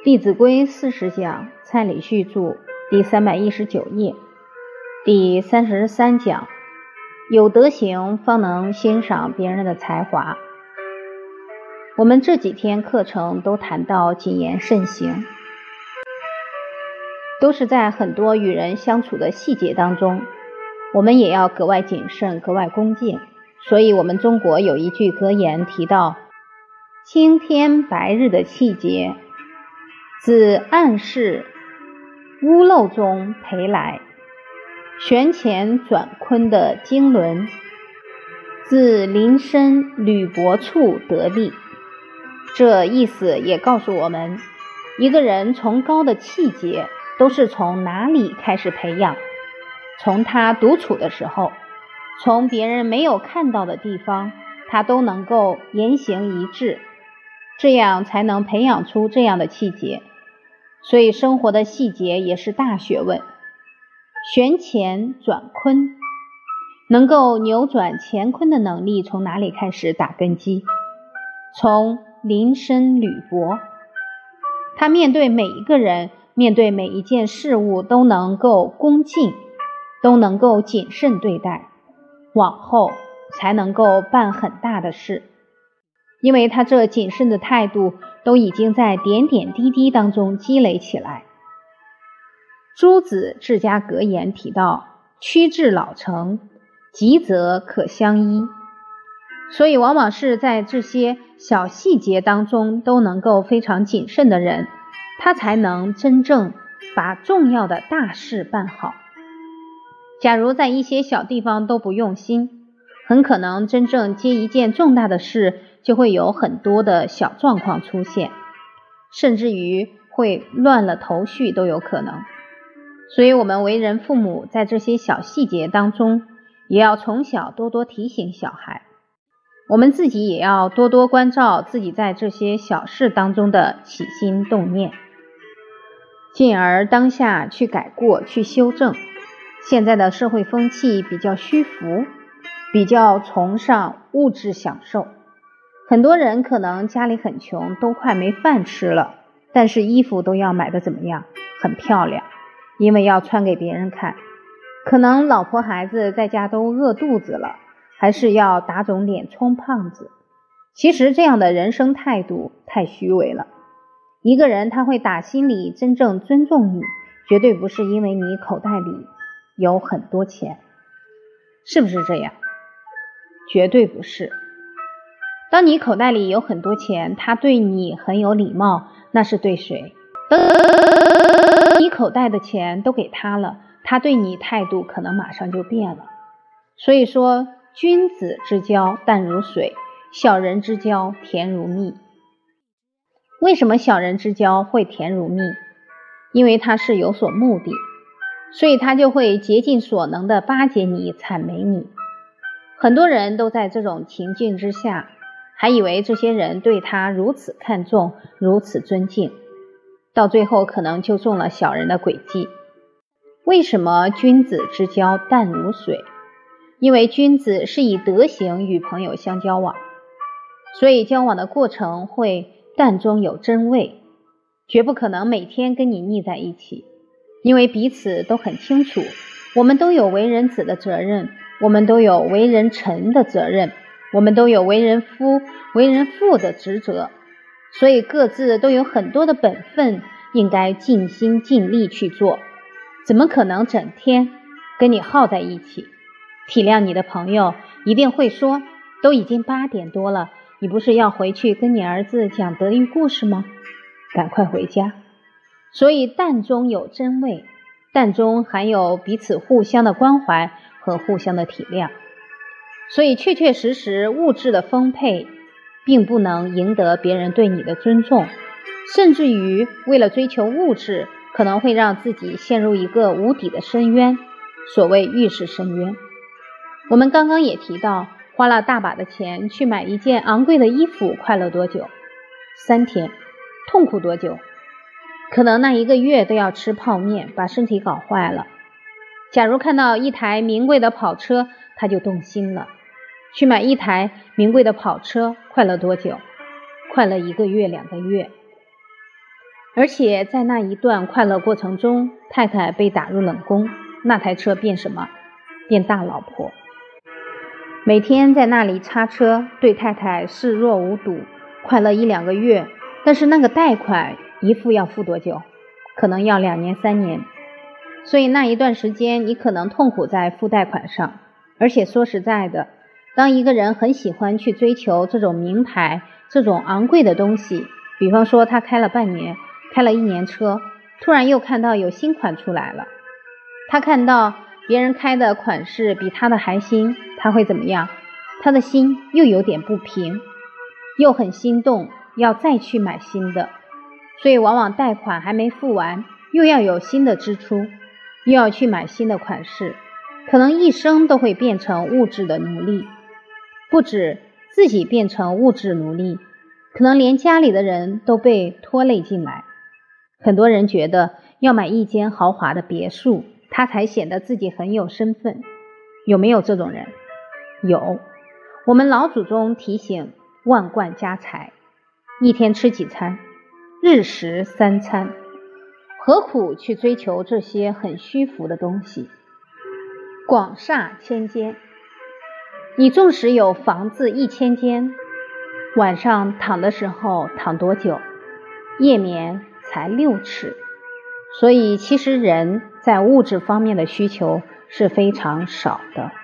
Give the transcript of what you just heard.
弟子规40讲，蔡礼旭著，第319页，第33讲，有德行方能欣赏别人的才华。我们这几天课程都谈到谨言慎行，都是在很多与人相处的细节当中，我们也要格外谨慎，格外恭敬。所以我们中国有一句格言提到，青天白日的气节，自暗室屋漏中培来，旋乾转坤的经纶，自临深履薄处得力。这意思也告诉我们，一个人崇高的气节都是从哪里开始培养？从他独处的时候，从别人没有看到的地方，他都能够言行一致，这样才能培养出这样的气节。所以生活的细节也是大学问。旋乾转坤，能够扭转乾坤的能力从哪里开始打根基？从临深履薄，他面对每一个人，面对每一件事物都能够恭敬，都能够谨慎对待，往后才能够办很大的事。因为他这谨慎的态度都已经在点点滴滴当中积累起来。朱子治家格言提到，趋至老成，急则可相依。所以往往是在这些小细节当中都能够非常谨慎的人，他才能真正把重要的大事办好。假如在一些小地方都不用心，很可能真正接一件重大的事就会有很多的小状况出现，甚至于会乱了头绪都有可能。所以我们为人父母，在这些小细节当中，也要从小多多提醒小孩，我们自己也要多多关照自己在这些小事当中的起心动念，进而当下去改过，去修正。现在的社会风气比较虚浮，比较崇尚物质享受，很多人可能家里很穷，都快没饭吃了，但是衣服都要买得怎么样？很漂亮，因为要穿给别人看。可能老婆孩子在家都饿肚子了，还是要打肿脸充胖子。其实这样的人生态度太虚伪了。一个人他会打心里真正尊重你，绝对不是因为你口袋里有很多钱，是不是这样？绝对不是。当你口袋里有很多钱，他对你很有礼貌，那是对谁？等你口袋的钱都给他了，他对你态度可能马上就变了。所以说，君子之交淡如水，小人之交甜如蜜。为什么小人之交会甜如蜜？因为他是有所目的，所以他就会竭尽所能的巴结你，谄媚你。很多人都在这种情境之下，还以为这些人对他如此看重，如此尊敬，到最后可能就中了小人的诡计。为什么君子之交淡如水？因为君子是以德行与朋友相交往，所以交往的过程会淡中有真味，绝不可能每天跟你腻在一起。因为彼此都很清楚，我们都有为人子的责任，我们都有为人臣的责任，我们都有为人夫、为人父的职责，所以各自都有很多的本分，应该尽心尽力去做。怎么可能整天跟你耗在一起？体谅你的朋友一定会说，都已经8点多了，你不是要回去跟你儿子讲德育故事吗？赶快回家。所以淡中有真味，淡中含有彼此互相的关怀和互相的体谅。所以确确实实物质的丰沛并不能赢得别人对你的尊重，甚至于为了追求物质，可能会让自己陷入一个无底的深渊，所谓欲是深渊。我们刚刚也提到，花了大把的钱去买一件昂贵的衣服，快乐多久？3天。痛苦多久？可能那1个月都要吃泡面，把身体搞坏了。假如看到一台名贵的跑车，他就动心了。去买一台名贵的跑车，快乐多久？快乐1个月、2个月。 而且在那一段快乐过程中，太太被打入冷宫，那台车变什么？变大老婆。每天在那里擦车，对太太视若无睹，快乐1-2个月，但是那个贷款一付要付多久？可能要2年3年。所以那一段时间你可能痛苦在付贷款上。而且说实在的，当一个人很喜欢去追求这种名牌，这种昂贵的东西，比方说他开了半年，开了1年车，突然又看到有新款出来了，他看到别人开的款式比他的还新，他会怎么样？他的心又有点不平，又很心动，要再去买新的。所以往往贷款还没付完，又要有新的支出，又要去买新的款式，可能一生都会变成物质的奴隶。不止自己变成物质奴隶，可能连家里的人都被拖累进来。很多人觉得要买一间豪华的别墅，他才显得自己很有身份。有没有这种人？有。我们老祖宗提醒万贯家财，一天吃几餐？日食3餐。何苦去追求这些很虚浮的东西？广厦千间，你纵使有房子1000间，晚上躺的时候躺多久？夜眠才6尺。所以其实人在物质方面的需求是非常少的。